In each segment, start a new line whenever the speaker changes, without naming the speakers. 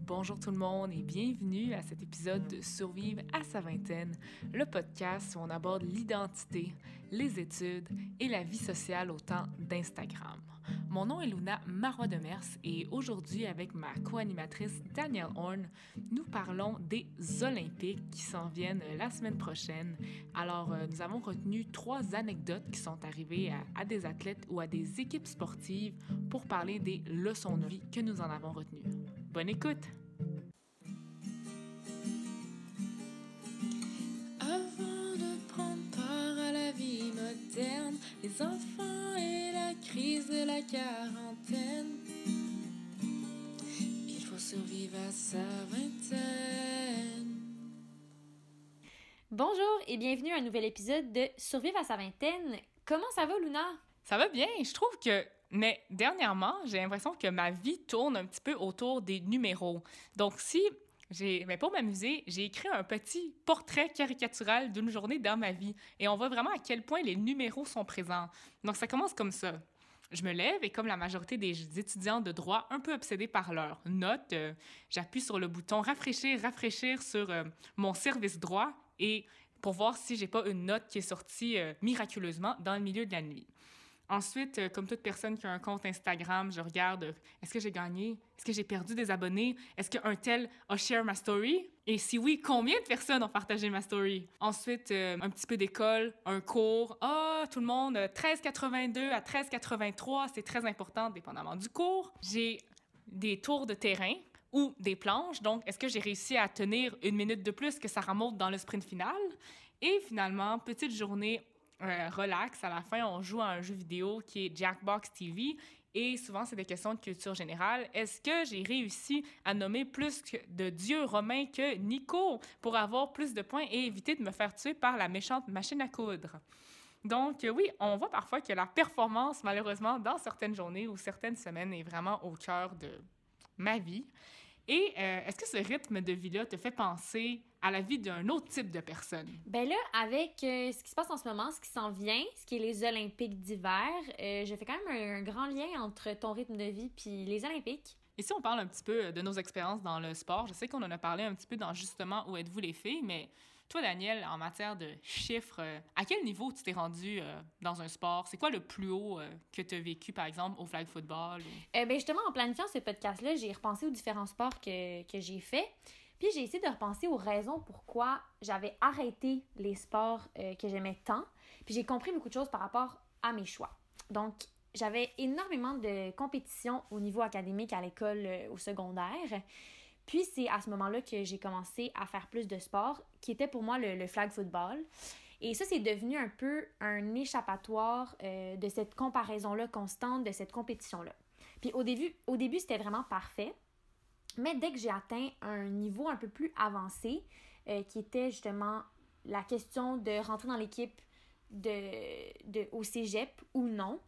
bonjour tout le monde et bienvenue à cet épisode de Survivre à sa vingtaine, le podcast où on aborde l'identité, les études et la vie sociale au temps d'Instagram. Mon nom est Luna Marois-Demers et aujourd'hui, avec ma co-animatrice Danielle Horn, nous parlons des Olympiques qui s'en viennent la semaine prochaine. Alors, nous avons retenu 3 anecdotes qui sont arrivées à des athlètes ou à des équipes sportives pour parler des leçons de vie que nous en avons retenues. Bonne écoute! Avant de prendre part à la vie moderne, les enfants et la crise de la quarantaine, il faut survivre à sa vingtaine.
Bonjour et bienvenue à un nouvel épisode de Survivre à sa vingtaine. Comment ça va, Luna?
Ça va bien, je trouve que... Mais dernièrement, j'ai l'impression que ma vie tourne un petit peu autour des numéros. Donc pour m'amuser, j'ai écrit un petit portrait caricatural d'une journée dans ma vie. Et on voit vraiment à quel point les numéros sont présents. Donc ça commence comme ça. Je me lève et comme la majorité des étudiants de droit, un peu obsédés par leurs notes, j'appuie sur le bouton rafraîchir sur mon service droit et pour voir si j'ai pas une note qui est sortie miraculeusement dans le milieu de la nuit. Ensuite, comme toute personne qui a un compte Instagram, je regarde est-ce que j'ai gagné? Est-ce que j'ai perdu des abonnés? Est-ce qu'un tel a share ma story? Et si oui, combien de personnes ont partagé ma story? Ensuite, un petit peu d'école, un cours. Tout le monde, 13,82 à 13,83, c'est très important, dépendamment du cours. J'ai des tours de terrain ou des planches. Donc, est-ce que j'ai réussi à tenir 1 minute de plus que ça remonte dans le sprint final? Et finalement, petite journée relax. À la fin, on joue à un jeu vidéo qui est Jackbox TV et souvent, c'est des questions de culture générale. Est-ce que j'ai réussi à nommer plus de dieux romains que Nico pour avoir plus de points et éviter de me faire tuer par la méchante machine à coudre? Donc, oui, on voit parfois que la performance, malheureusement, dans certaines journées ou certaines semaines, est vraiment au cœur de ma vie. Et est-ce que ce rythme de vie-là te fait penser à la vie d'un autre type de personne?
Ben là, avec ce qui se passe en ce moment, ce qui s'en vient, ce qui est les Olympiques d'hiver, je fais quand même un grand lien entre ton rythme de vie puis les Olympiques.
Et si on parle un petit peu de nos expériences dans le sport, je sais qu'on en a parlé un petit peu dans justement Où êtes-vous les filles, mais toi, Danielle, en matière de chiffres, à quel niveau tu t'es rendue dans un sport? C'est quoi le plus haut que tu as vécu, par exemple, au flag football?
Ben justement, en planifiant ce podcast-là, j'ai repensé aux différents sports que j'ai faits. Puis j'ai essayé de repenser aux raisons pourquoi j'avais arrêté les sports que j'aimais tant. Puis j'ai compris beaucoup de choses par rapport à mes choix. Donc, j'avais énormément de compétitions au niveau académique à l'école au secondaire. Puis c'est à ce moment-là que j'ai commencé à faire plus de sport, qui était pour moi le flag football. Et ça, c'est devenu un peu un échappatoire de cette comparaison-là constante, de cette compétition-là. Puis au début, c'était vraiment parfait. Mais dès que j'ai atteint un niveau un peu plus avancé, qui était justement la question de rentrer dans l'équipe au cégep ou non,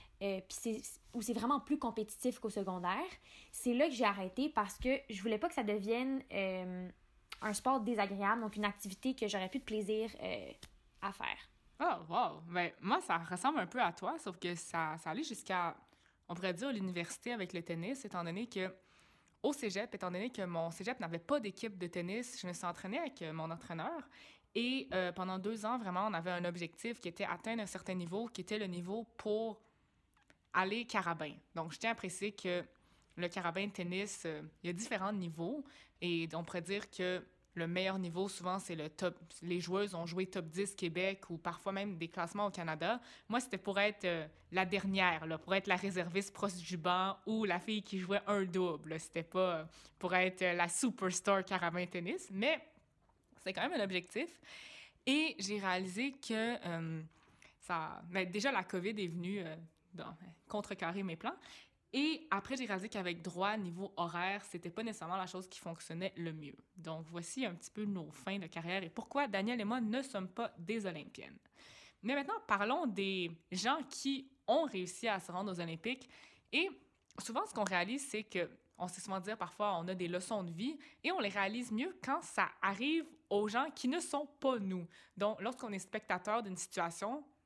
où c'est vraiment plus compétitif qu'au secondaire, c'est là que j'ai arrêté parce que je voulais pas que ça devienne un sport désagréable, donc une activité que j'aurais plus de plaisir à faire.
Oh, wow! Ben, moi, ça ressemble un peu à toi, sauf que ça allait jusqu'à, on pourrait dire, l'université avec le tennis, étant donné que étant donné que mon cégep n'avait pas d'équipe de tennis, je me suis entraînée avec mon entraîneur. Et pendant 2 ans, vraiment, on avait un objectif qui était atteindre un certain niveau, qui était le niveau pour aller carabin. Donc, je tiens à préciser que le carabin de tennis, il y a différents niveaux. Et on pourrait dire que le meilleur niveau, souvent, c'est le top. Les joueuses ont joué top 10 Québec ou parfois même des classements au Canada. Moi, c'était pour être la dernière, là, pour être la réserviste proche du banc ou la fille qui jouait un double. C'était pas pour être la superstar carabin tennis, mais c'est quand même un objectif. Et j'ai réalisé que déjà, la COVID est venue contrecarrer mes plans. Et après, j'ai réalisé qu'avec droit, niveau horaire, c'était pas nécessairement la chose qui fonctionnait le mieux. Donc, voici un petit peu nos fins de carrière et pourquoi Danielle et moi ne sommes pas des Olympiennes. Mais maintenant, parlons des gens qui ont réussi à se rendre aux Olympiques. Et souvent, ce qu'on réalise, c'est que on sait souvent dire parfois on a des leçons de vie et on les réalise mieux quand ça arrive aux gens qui ne sont pas nous. Donc, lorsqu'on est spectateur d'une situation,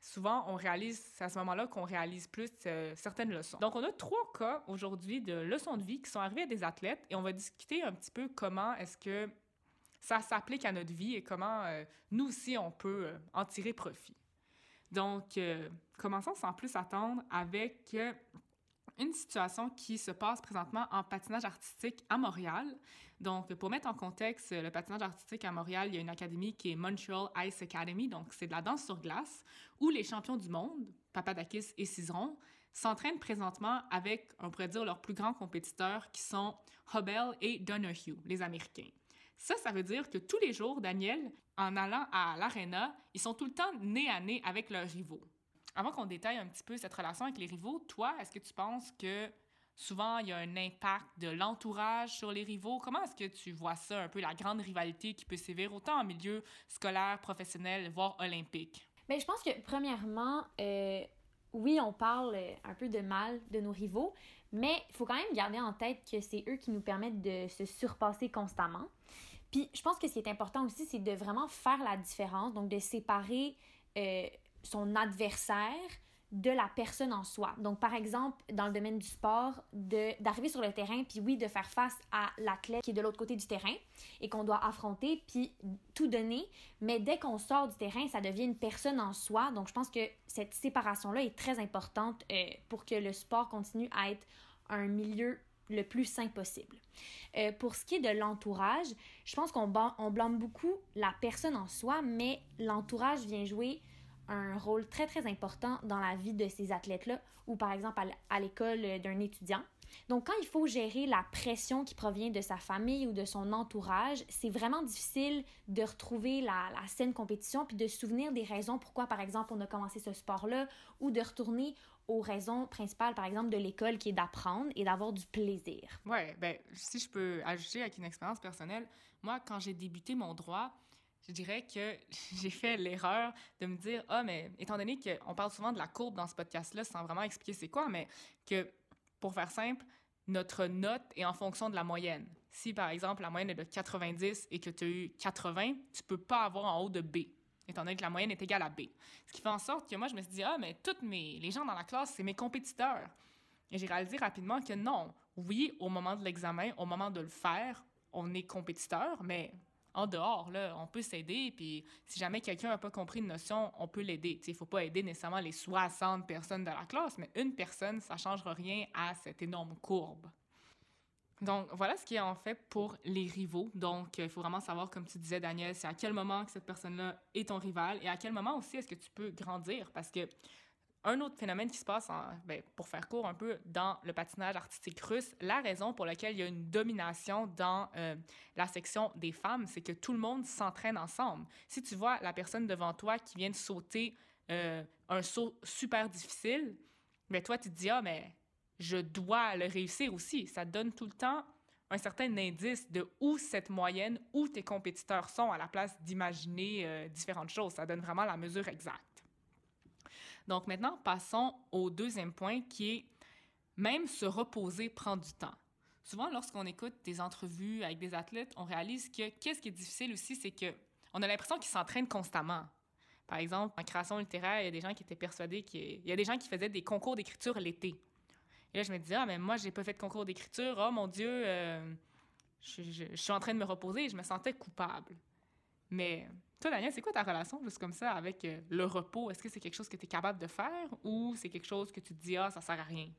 souvent, c'est à ce moment-là qu'on réalise plus certaines leçons. Donc, on a 3 cas aujourd'hui de leçons de vie qui sont arrivées à des athlètes et on va discuter un petit peu comment est-ce que ça s'applique à notre vie et comment nous aussi, on peut en tirer profit. Donc, commençons sans plus attendre avec une situation qui se passe présentement en patinage artistique à Montréal. Donc, pour mettre en contexte, le patinage artistique à Montréal, il y a une académie qui est Montreal Ice Academy, donc c'est de la danse sur glace, où les champions du monde, Papadakis et Cizeron, s'entraînent présentement avec, on pourrait dire, leurs plus grands compétiteurs qui sont Hubel et Donahue, les Américains. Ça veut dire que tous les jours, Daniel, en allant à l'aréna, ils sont tout le temps nez à nez avec leurs rivaux. Avant qu'on détaille un petit peu cette relation avec les rivaux, toi, est-ce que tu penses que souvent il y a un impact de l'entourage sur les rivaux? Comment est-ce que tu vois ça, un peu la grande rivalité qui peut sévir autant en milieu scolaire, professionnel, voire olympique?
Bien, je pense que, premièrement, oui, on parle un peu de mal de nos rivaux, mais il faut quand même garder en tête que c'est eux qui nous permettent de se surpasser constamment. Puis, je pense que ce qui est important aussi, c'est de vraiment faire la différence, donc de séparer son adversaire de la personne en soi. Donc, par exemple, dans le domaine du sport, d'arriver sur le terrain, puis oui, de faire face à l'athlète qui est de l'autre côté du terrain et qu'on doit affronter, puis tout donner. Mais dès qu'on sort du terrain, ça devient une personne en soi. Donc, je pense que cette séparation-là est très importante pour que le sport continue à être un milieu le plus sain possible. Pour ce qui est de l'entourage, je pense qu'on blâme beaucoup la personne en soi, mais l'entourage vient jouer un rôle très, très important dans la vie de ces athlètes-là ou, par exemple, à l'école d'un étudiant. Donc, quand il faut gérer la pression qui provient de sa famille ou de son entourage, c'est vraiment difficile de retrouver la saine compétition puis de se souvenir des raisons pourquoi, par exemple, on a commencé ce sport-là ou de retourner aux raisons principales, par exemple, de l'école qui est d'apprendre et d'avoir du plaisir.
Ouais, ben si je peux ajouter avec une expérience personnelle, moi, quand j'ai débuté mon droit, je dirais que j'ai fait l'erreur de me dire « Ah, mais étant donné qu'on parle souvent de la courbe dans ce podcast-là sans vraiment expliquer c'est quoi, mais que, pour faire simple, notre note est en fonction de la moyenne. Si, par exemple, la moyenne est de 90 et que tu as eu 80, tu peux pas avoir en haut de B, étant donné que la moyenne est égale à B. Ce qui fait en sorte que moi, je me suis dit « Ah, mais les gens dans la classe, c'est mes compétiteurs. » Et j'ai réalisé rapidement que non. Oui, au moment de l'examen, au moment de le faire, on est compétiteur, mais en dehors, là, on peut s'aider, puis si jamais quelqu'un n'a pas compris une notion, on peut l'aider. Il ne faut pas aider nécessairement les 60 personnes de la classe, mais une personne, ça ne changera rien à cette énorme courbe. Donc, voilà ce qui est en fait pour les rivaux. Donc, il faut vraiment savoir, comme tu disais, Daniel, c'est à quel moment que cette personne-là est ton rival et à quel moment aussi est-ce que tu peux grandir. Parce que un autre phénomène qui se passe, pour faire court un peu, dans le patinage artistique russe, la raison pour laquelle il y a une domination dans la section des femmes, c'est que tout le monde s'entraîne ensemble. Si tu vois la personne devant toi qui vient de sauter un saut super difficile, mais toi, tu te dis « Ah, mais je dois le réussir aussi. » Ça te donne tout le temps un certain indice de où cette moyenne, où tes compétiteurs sont à la place d'imaginer différentes choses. Ça donne vraiment la mesure exacte. Donc maintenant, passons au deuxième point qui est même se reposer prend du temps. Souvent, lorsqu'on écoute des entrevues avec des athlètes, on réalise que qu'est-ce qui est difficile aussi, c'est qu'on a l'impression qu'ils s'entraînent constamment. Par exemple, en création littéraire, il y a des gens qui étaient persuadés il y a des gens qui faisaient des concours d'écriture l'été. Et là, je me disais, ah, mais moi, j'ai pas fait de concours d'écriture. Oh mon Dieu, je suis en train de me reposer et je me sentais coupable. Mais toi, Daniel, c'est quoi ta relation juste comme ça avec le repos? Est-ce que c'est quelque chose que tu es capable de faire ou c'est quelque chose que tu te dis, ah, ça sert à rien?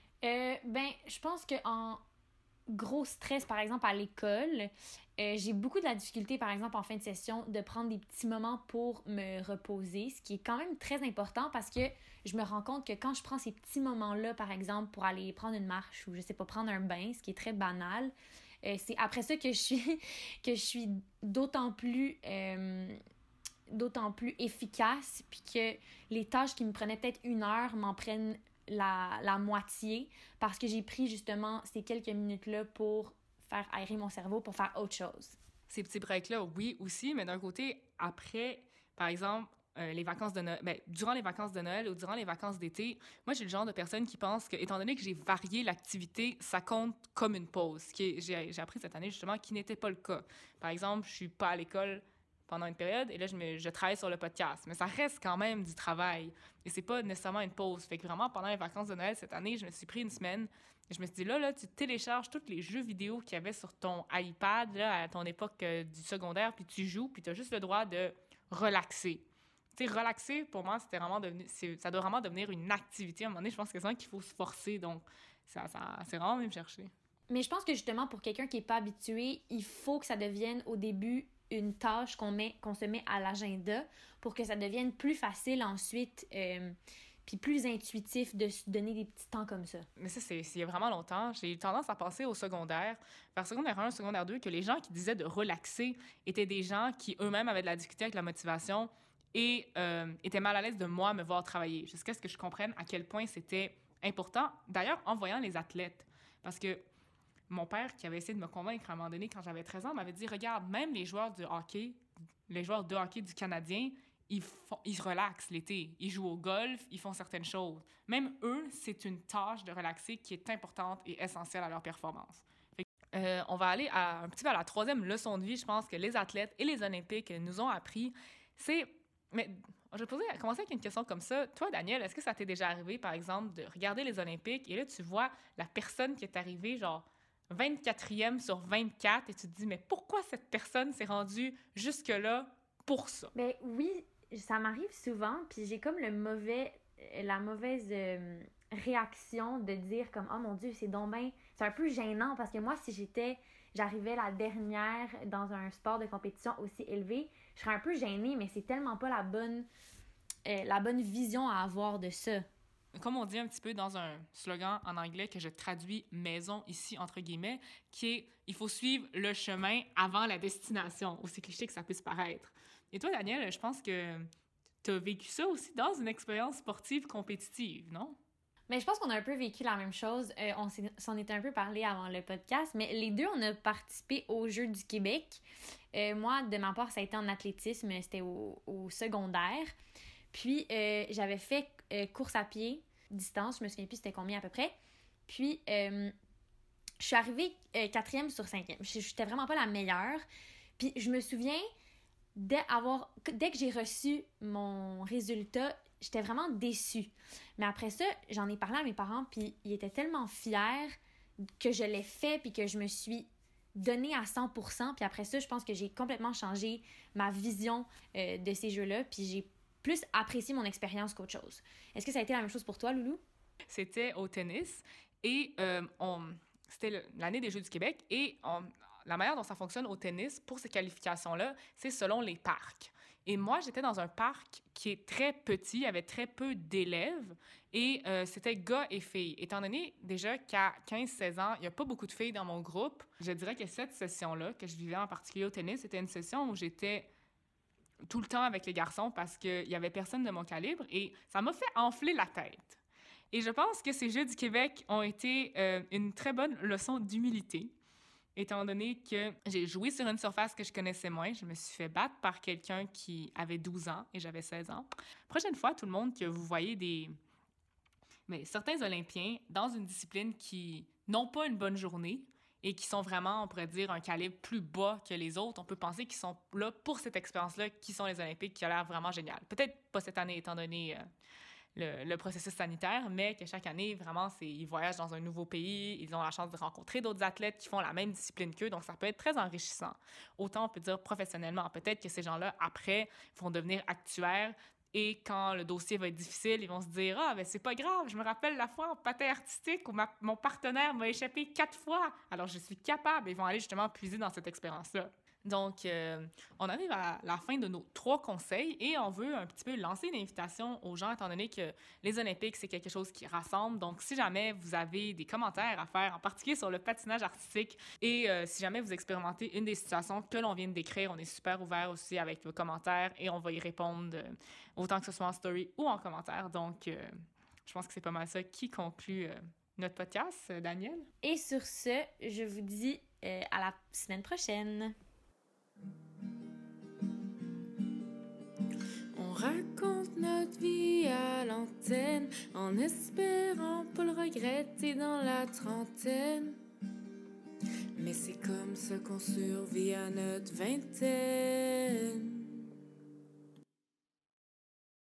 Je pense qu'en gros stress, par exemple, à l'école, j'ai beaucoup de la difficulté, par exemple, en fin de session, de prendre des petits moments pour me reposer, ce qui est quand même très important parce que je me rends compte que quand je prends ces petits moments-là, par exemple, pour aller prendre une marche ou, je sais pas, prendre un bain, ce qui est très banal, c'est après ça que je suis d'autant plus efficace, puis que les tâches qui me prenaient peut-être 1 heure m'en prennent la moitié parce que j'ai pris justement ces quelques minutes-là pour faire aérer mon cerveau, pour faire autre chose.
Ces petits breaks-là, oui, aussi, mais d'un côté, après, par exemple, les vacances de Noël, durant les vacances de Noël ou durant les vacances d'été, moi, j'ai le genre de personne qui pense que, étant donné que j'ai varié l'activité, ça compte comme une pause. J'ai appris cette année, justement, qui n'était pas le cas. Par exemple, je suis pas à l'école pendant une période, et là, je travaille sur le podcast. Mais ça reste quand même du travail, et c'est pas nécessairement une pause. Fait que vraiment, pendant les vacances de Noël cette année, je me suis pris une semaine, et je me suis dit, là, tu télécharges tous les jeux vidéo qu'il y avait sur ton iPad, là, à ton époque du secondaire, puis tu joues, puis tu as juste le droit de relaxer. Tu sais, relaxer, pour moi, ça doit vraiment devenir une activité. À un moment donné, je pense que c'est ça qu'il faut se forcer, donc c'est vraiment venu me chercher.
Mais je pense que justement, pour quelqu'un qui n'est pas habitué, il faut que ça devienne au début une tâche qu'on se met à l'agenda pour que ça devienne plus facile ensuite, puis plus intuitif de se donner des petits temps comme ça.
Mais ça, c'est il y a vraiment longtemps. J'ai eu tendance à penser au secondaire, vers secondaire 1, secondaire 2, que les gens qui disaient de relaxer étaient des gens qui eux-mêmes avaient de la difficulté avec la motivation et étaient mal à l'aise de moi me voir travailler, jusqu'à ce que je comprenne à quel point c'était important. D'ailleurs, en voyant les athlètes, parce que mon père, qui avait essayé de me convaincre à un moment donné, quand j'avais 13 ans, m'avait dit, regarde, même les joueurs de hockey du Canadien, ils se relaxent l'été. Ils jouent au golf, ils font certaines choses. Même eux, c'est une tâche de relaxer qui est importante et essentielle à leur performance. On va aller un petit peu à la troisième leçon de vie, je pense, que les athlètes et les Olympiques nous ont appris. Mais je vais commencer avec une question comme ça. Toi, Daniel, est-ce que ça t'est déjà arrivé, par exemple, de regarder les Olympiques et là, tu vois la personne qui est arrivée, genre 24e sur 24, et tu te dis, mais pourquoi cette personne s'est rendue jusque-là pour ça?
Ben oui, ça m'arrive souvent, puis j'ai comme la mauvaise réaction de dire comme, oh mon Dieu, c'est donc ben, c'est un peu gênant parce que moi, si j'arrivais la dernière dans un sport de compétition aussi élevé, je serais un peu gênée, mais c'est tellement pas la bonne vision à avoir de ça.
Comme on dit un petit peu dans un slogan en anglais que je traduis maison ici entre guillemets, qui est « il faut suivre le chemin avant la destination », aussi cliché que ça puisse paraître. Et toi, Daniel, je pense que tu as vécu ça aussi dans une expérience sportive compétitive, non?
Mais je pense qu'on a un peu vécu la même chose. On s'en était un peu parlé avant le podcast, mais les deux, on a participé aux Jeux du Québec. Moi, de ma part, ça a été en athlétisme, c'était au secondaire. Puis, j'avais fait course à pied, distance, je me souviens plus c'était combien à peu près. Puis, je suis arrivée 4e sur 5e. J'étais vraiment pas la meilleure. Puis, je me souviens, dès que j'ai reçu mon résultat, j'étais vraiment déçue. Mais après ça, j'en ai parlé à mes parents, puis ils étaient tellement fiers que je l'ai fait, puis que je me suis donnée à 100%. Puis après ça, je pense que j'ai complètement changé ma vision de ces jeux-là, puis j'ai plus apprécié mon expérience qu'autre chose. Est-ce que ça a été la même chose pour toi, Loulou?
C'était au tennis et c'était l'année des Jeux du Québec et la manière dont ça fonctionne au tennis pour ces qualifications-là, c'est selon les parcs. Et moi, j'étais dans un parc qui est très petit, il y avait très peu d'élèves et c'était gars et filles. Étant donné déjà qu'à 15-16 ans, il n'y a pas beaucoup de filles dans mon groupe, je dirais que cette session-là, que je vivais en particulier au tennis, c'était une session où j'étais tout le temps avec les garçons parce qu'il y avait personne de mon calibre et ça m'a fait enfler la tête. Et je pense que ces Jeux du Québec ont été une très bonne leçon d'humilité, étant donné que j'ai joué sur une surface que je connaissais moins. Je me suis fait battre par quelqu'un qui avait 12 ans et j'avais 16 ans. Prochaine fois, tout le monde, que vous voyez certains Olympiens dans une discipline qui n'ont pas une bonne journée et qui sont vraiment, on pourrait dire, un calibre plus bas que les autres, on peut penser qu'ils sont là pour cette expérience-là, qui sont les Olympiques, qui a l'air vraiment génial. Peut-être pas cette année, étant donné le processus sanitaire, mais que chaque année, vraiment, ils voyagent dans un nouveau pays, ils ont la chance de rencontrer d'autres athlètes qui font la même discipline qu'eux, donc ça peut être très enrichissant. Autant, on peut dire professionnellement. Peut-être que ces gens-là, après, vont devenir actuaires, et quand le dossier va être difficile, ils vont se dire « Ah, ben c'est pas grave, je me rappelle la fois en patin artistique où mon partenaire m'a échappé 4 fois, alors je suis capable. » Ils vont aller justement puiser dans cette expérience-là. Donc, on arrive à la fin de nos 3 conseils et on veut un petit peu lancer une invitation aux gens, étant donné que les Olympiques, c'est quelque chose qui rassemble. Donc, si jamais vous avez des commentaires à faire, en particulier sur le patinage artistique, et si jamais vous expérimentez une des situations que l'on vient de décrire, on est super ouvert aussi avec vos commentaires et on va y répondre autant que ce soit en story ou en commentaire. Donc, je pense que c'est pas mal ça qui conclut notre podcast, Daniel.
Et sur ce, je vous dis à la semaine prochaine.
On raconte notre vie à l'antenne en espérant pas le regretter dans la trentaine. Mais c'est comme ça qu'on survit à notre vingtaine.